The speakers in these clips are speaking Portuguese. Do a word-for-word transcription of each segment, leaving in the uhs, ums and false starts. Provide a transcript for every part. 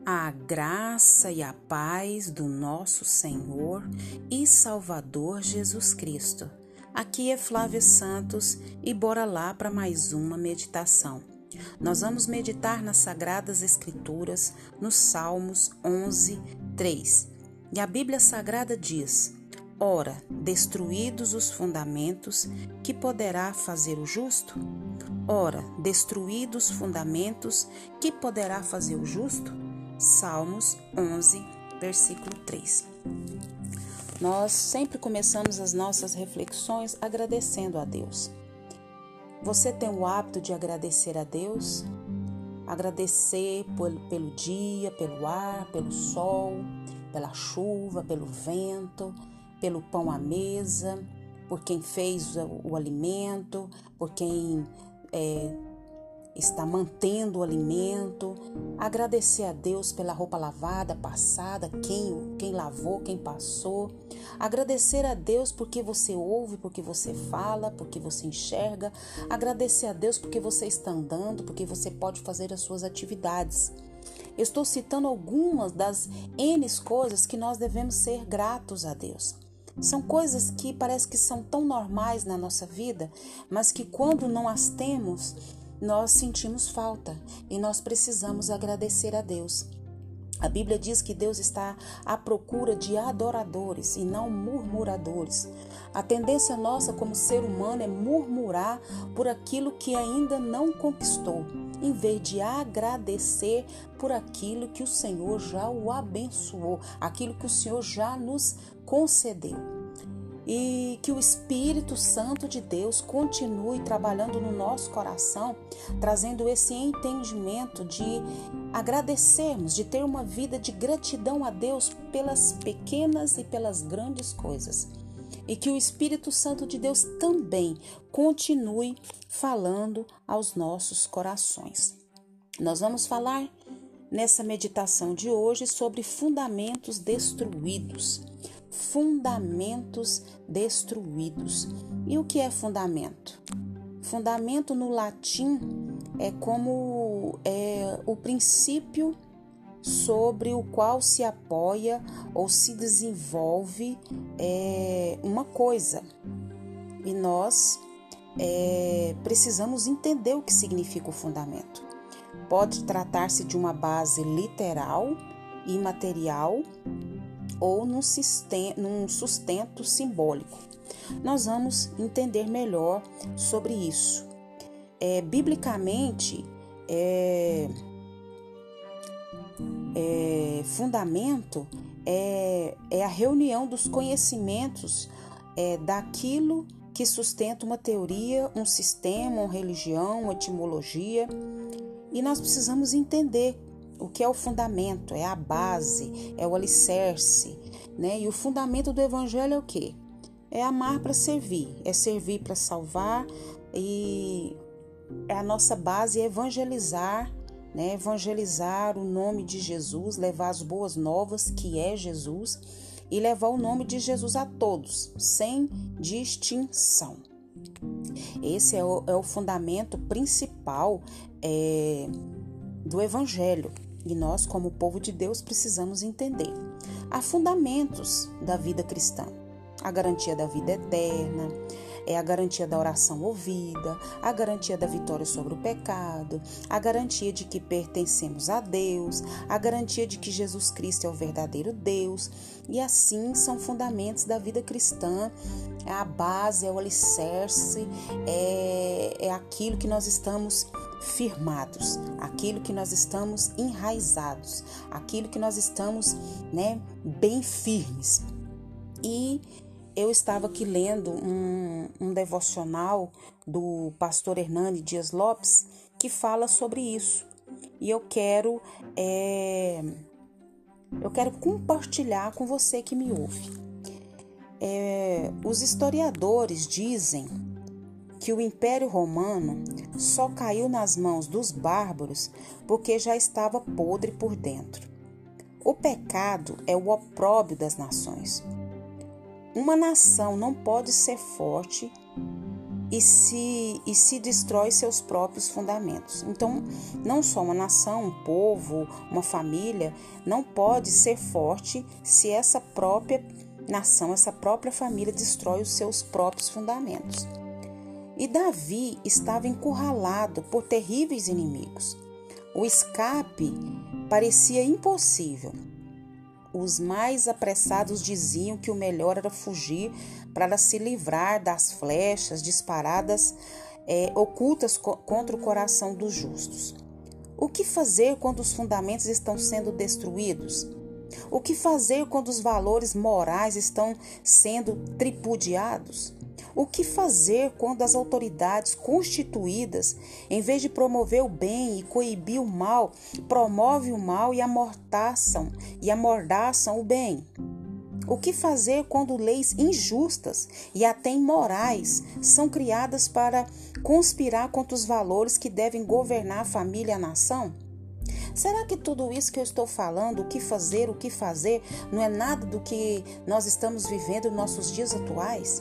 A graça e a paz do nosso Senhor e Salvador Jesus Cristo. Aqui é Flávia Santos e bora lá para mais uma meditação. Nós vamos meditar nas Sagradas Escrituras, nos Salmos onze, três. E a Bíblia Sagrada diz: Ora, destruídos os fundamentos, que poderá fazer o justo? Ora, destruídos os fundamentos, que poderá fazer o justo? Salmos onze, versículo três. Nós sempre começamos as nossas reflexões agradecendo a Deus. Você tem o hábito de agradecer a Deus? Agradecer pelo, pelo dia, pelo ar, pelo sol, pela chuva, pelo vento, pelo pão à mesa, por quem fez o, o alimento, por quem é, está mantendo o alimento. Agradecer a Deus pela roupa lavada, passada, quem, quem lavou, quem passou. Agradecer a Deus porque você ouve, porque você fala, porque você enxerga. Agradecer a Deus porque você está andando, porque você pode fazer as suas atividades. Eu estou citando algumas das N coisas que nós devemos ser gratos a Deus. São coisas que parece que são tão normais na nossa vida, mas que quando não as temos, nós sentimos falta e nós precisamos agradecer a Deus. A Bíblia diz que Deus está à procura de adoradores e não murmuradores. A tendência nossa como ser humano é murmurar por aquilo que ainda não conquistou, em vez de agradecer por aquilo que o Senhor já o abençoou, aquilo que o Senhor já nos concedeu. E que o Espírito Santo de Deus continue trabalhando no nosso coração, trazendo esse entendimento de agradecermos, de ter uma vida de gratidão a Deus pelas pequenas e pelas grandes coisas. E que o Espírito Santo de Deus também continue falando aos nossos corações. Nós vamos falar nessa meditação de hoje sobre fundamentos destruídos. Fundamentos destruídos. E o que é fundamento? Fundamento no latim é como é, o princípio sobre o qual se apoia ou se desenvolve é, uma coisa. E nós é, precisamos entender o que significa o fundamento. Pode tratar-se de uma base literal e material, ou num, sistema, num sustento simbólico. Nós vamos entender melhor sobre isso. É, biblicamente, é, é, fundamento é, é a reunião dos conhecimentos é, daquilo que sustenta uma teoria, um sistema, uma religião, uma etimologia. E nós precisamos entender o que é o fundamento, é a base, é o alicerce, né? E o fundamento do evangelho é o quê? É amar para servir, é servir para salvar, e a nossa base é evangelizar, né? Evangelizar o nome de Jesus, levar as boas novas, que é Jesus, e levar o nome de Jesus a todos, sem distinção. Esse é o, é o fundamento principal é, do evangelho. E nós, como povo de Deus, precisamos entender. Há fundamentos da vida cristã. A garantia da vida eterna, é a garantia da oração ouvida, a garantia da vitória sobre o pecado, a garantia de que pertencemos a Deus, a garantia de que Jesus Cristo é o verdadeiro Deus. E assim são fundamentos da vida cristã. A base, é o alicerce, é, é aquilo que nós estamos firmados, aquilo que nós estamos enraizados, aquilo que nós estamos, né, bem firmes. E eu estava aqui lendo um, um devocional do pastor Hernani Dias Lopes que fala sobre isso. E eu quero, é, eu quero compartilhar com você que me ouve. É, os historiadores dizem que o Império Romano só caiu nas mãos dos bárbaros porque já estava podre por dentro. O pecado é o opróbrio das nações. Uma nação não pode ser forte e se, e se destrói seus próprios fundamentos. Então, não só uma nação, um povo, uma família, não pode ser forte se essa própria nação, essa própria família destrói os seus próprios fundamentos. E Davi estava encurralado por terríveis inimigos. O escape parecia impossível. Os mais apressados diziam que o melhor era fugir para se livrar das flechas disparadas é, ocultas co- contra o coração dos justos. O que fazer quando os fundamentos estão sendo destruídos? O que fazer quando os valores morais estão sendo tripudiados? O que fazer quando as autoridades constituídas, em vez de promover o bem e coibir o mal, promovem o mal e amordaçam, e amordaçam o bem? O que fazer quando leis injustas e até imorais são criadas para conspirar contra os valores que devem governar a família e a nação? Será que tudo isso que eu estou falando, o que fazer, o que fazer, não é nada do que nós estamos vivendo nos nossos dias atuais?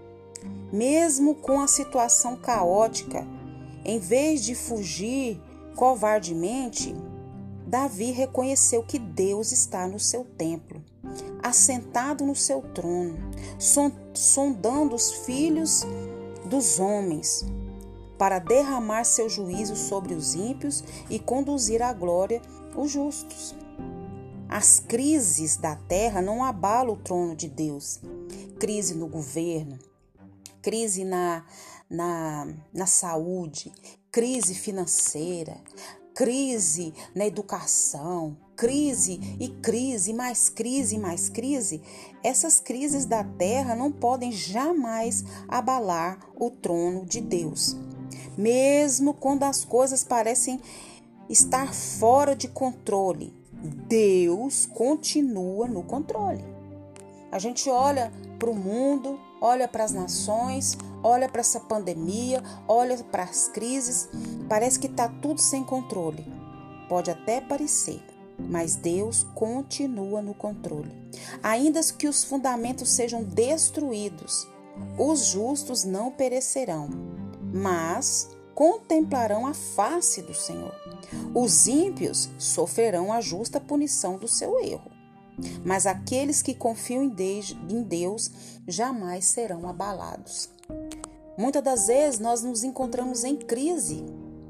Mesmo com a situação caótica, em vez de fugir covardemente, Davi reconheceu que Deus está no seu templo, assentado no seu trono, sondando os filhos dos homens, para derramar seu juízo sobre os ímpios e conduzir à glória os justos. As crises da terra não abalam o trono de Deus. Crise no governo, crise na, na, na saúde, crise financeira, crise na educação, crise e crise, mais crise e mais crise. Essas crises da terra não podem jamais abalar o trono de Deus. Mesmo quando as coisas parecem estar fora de controle, Deus continua no controle. A gente olha para o mundo, olha para as nações, olha para essa pandemia, olha para as crises, parece que está tudo sem controle. Pode até parecer, mas Deus continua no controle. Ainda que os fundamentos sejam destruídos, os justos não perecerão, mas contemplarão a face do Senhor. Os ímpios sofrerão a justa punição do seu erro, mas aqueles que confiam em Deus jamais serão abalados. Muitas das vezes nós nos encontramos em crise.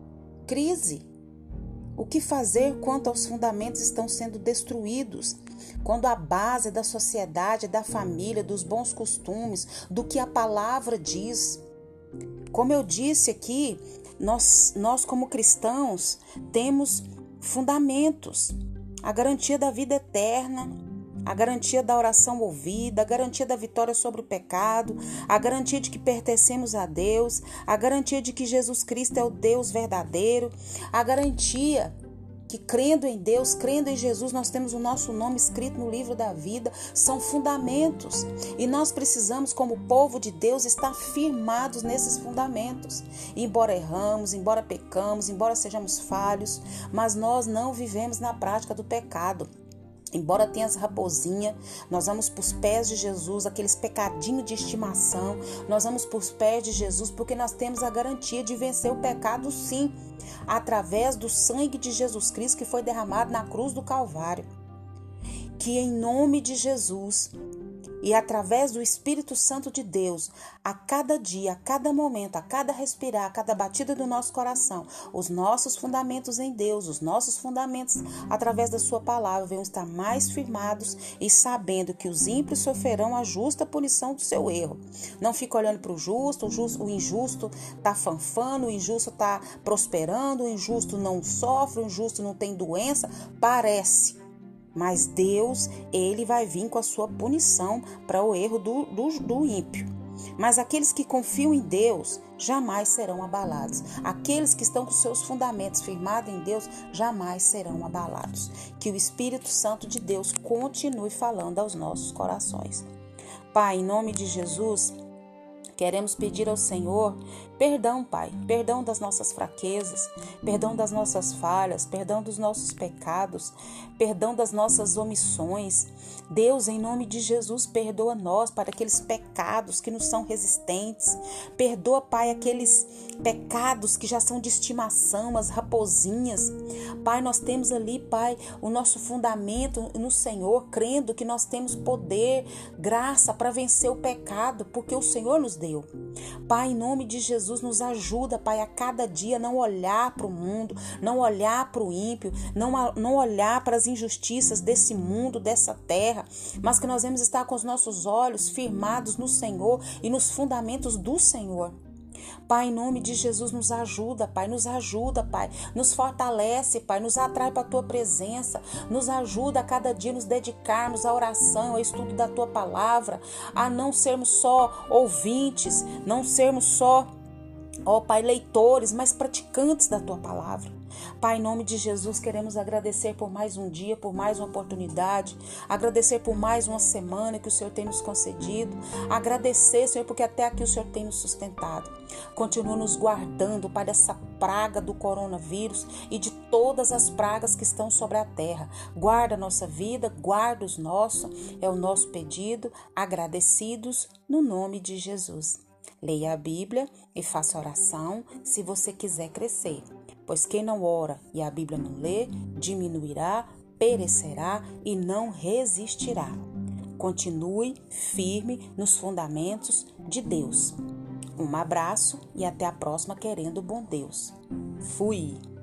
Crise. O que fazer quando os fundamentos estão sendo destruídos? Quando a base da sociedade, da família, dos bons costumes, do que a palavra diz. Como eu disse aqui, nós, nós como cristãos temos fundamentos. A garantia da vida eterna, a garantia da oração ouvida, a garantia da vitória sobre o pecado, a garantia de que pertencemos a Deus, a garantia de que Jesus Cristo é o Deus verdadeiro, a garantia que crendo em Deus, crendo em Jesus, nós temos o nosso nome escrito no livro da vida. São fundamentos e nós precisamos, como povo de Deus, estar firmados nesses fundamentos. Embora erramos, embora pecamos, embora sejamos falhos, mas nós não vivemos na prática do pecado. Embora tenha as raposinhas, nós vamos para os pés de Jesus, aqueles pecadinhos de estimação, nós vamos para os pés de Jesus porque nós temos a garantia de vencer o pecado sim, através do sangue de Jesus Cristo que foi derramado na cruz do Calvário. Que em nome de Jesus e através do Espírito Santo de Deus, a cada dia, a cada momento, a cada respirar, a cada batida do nosso coração, os nossos fundamentos em Deus, os nossos fundamentos através da sua palavra venham estar mais firmados e sabendo que os ímpios sofrerão a justa punição do seu erro. Não fica olhando para o justo, o justo, o injusto está fanfando, o injusto está prosperando, o injusto não sofre, o injusto não tem doença, parece. Mas Deus, Ele vai vir com a sua punição para o erro do, do, do ímpio. Mas aqueles que confiam em Deus jamais serão abalados. Aqueles que estão com seus fundamentos firmados em Deus jamais serão abalados. Que o Espírito Santo de Deus continue falando aos nossos corações. Pai, em nome de Jesus, queremos pedir ao Senhor Perdão, Pai, perdão das nossas fraquezas, perdão das nossas falhas, perdão dos nossos pecados, perdão das nossas omissões. Deus, em nome de Jesus, perdoa nós para aqueles pecados que nos são resistentes. Perdoa, Pai, aqueles pecados que já são de estimação, as raposinhas. Pai, nós temos ali, Pai, o nosso fundamento no Senhor, crendo que nós temos poder, graça para vencer o pecado, porque o Senhor nos deu. Pai, em nome de Jesus, nos ajuda, Pai, a cada dia não olhar para o mundo, não olhar para o ímpio, não, não olhar para as injustiças desse mundo, dessa terra, mas que nós vamos estar com os nossos olhos firmados no Senhor e nos fundamentos do Senhor. Pai, em nome de Jesus, nos ajuda, Pai, nos ajuda, Pai, nos fortalece, Pai, nos atrai para a Tua presença, nos ajuda a cada dia nos dedicarmos à oração, ao estudo da Tua palavra, a não sermos só ouvintes, não sermos só, ó Pai, leitores, mas praticantes da Tua palavra. Pai, em nome de Jesus, queremos agradecer por mais um dia, por mais uma oportunidade, agradecer por mais uma semana que o Senhor tem nos concedido, agradecer, Senhor, porque até aqui o Senhor tem nos sustentado. Continua nos guardando, Pai, dessa praga do coronavírus e de todas as pragas que estão sobre a terra. Guarda a nossa vida, guarda os nossos, é o nosso pedido, agradecidos no nome de Jesus. Leia a Bíblia e faça oração se você quiser crescer, pois quem não ora e a Bíblia não lê, diminuirá, perecerá e não resistirá. Continue firme nos fundamentos de Deus. Um abraço e até a próxima, querendo o bom Deus. Fui!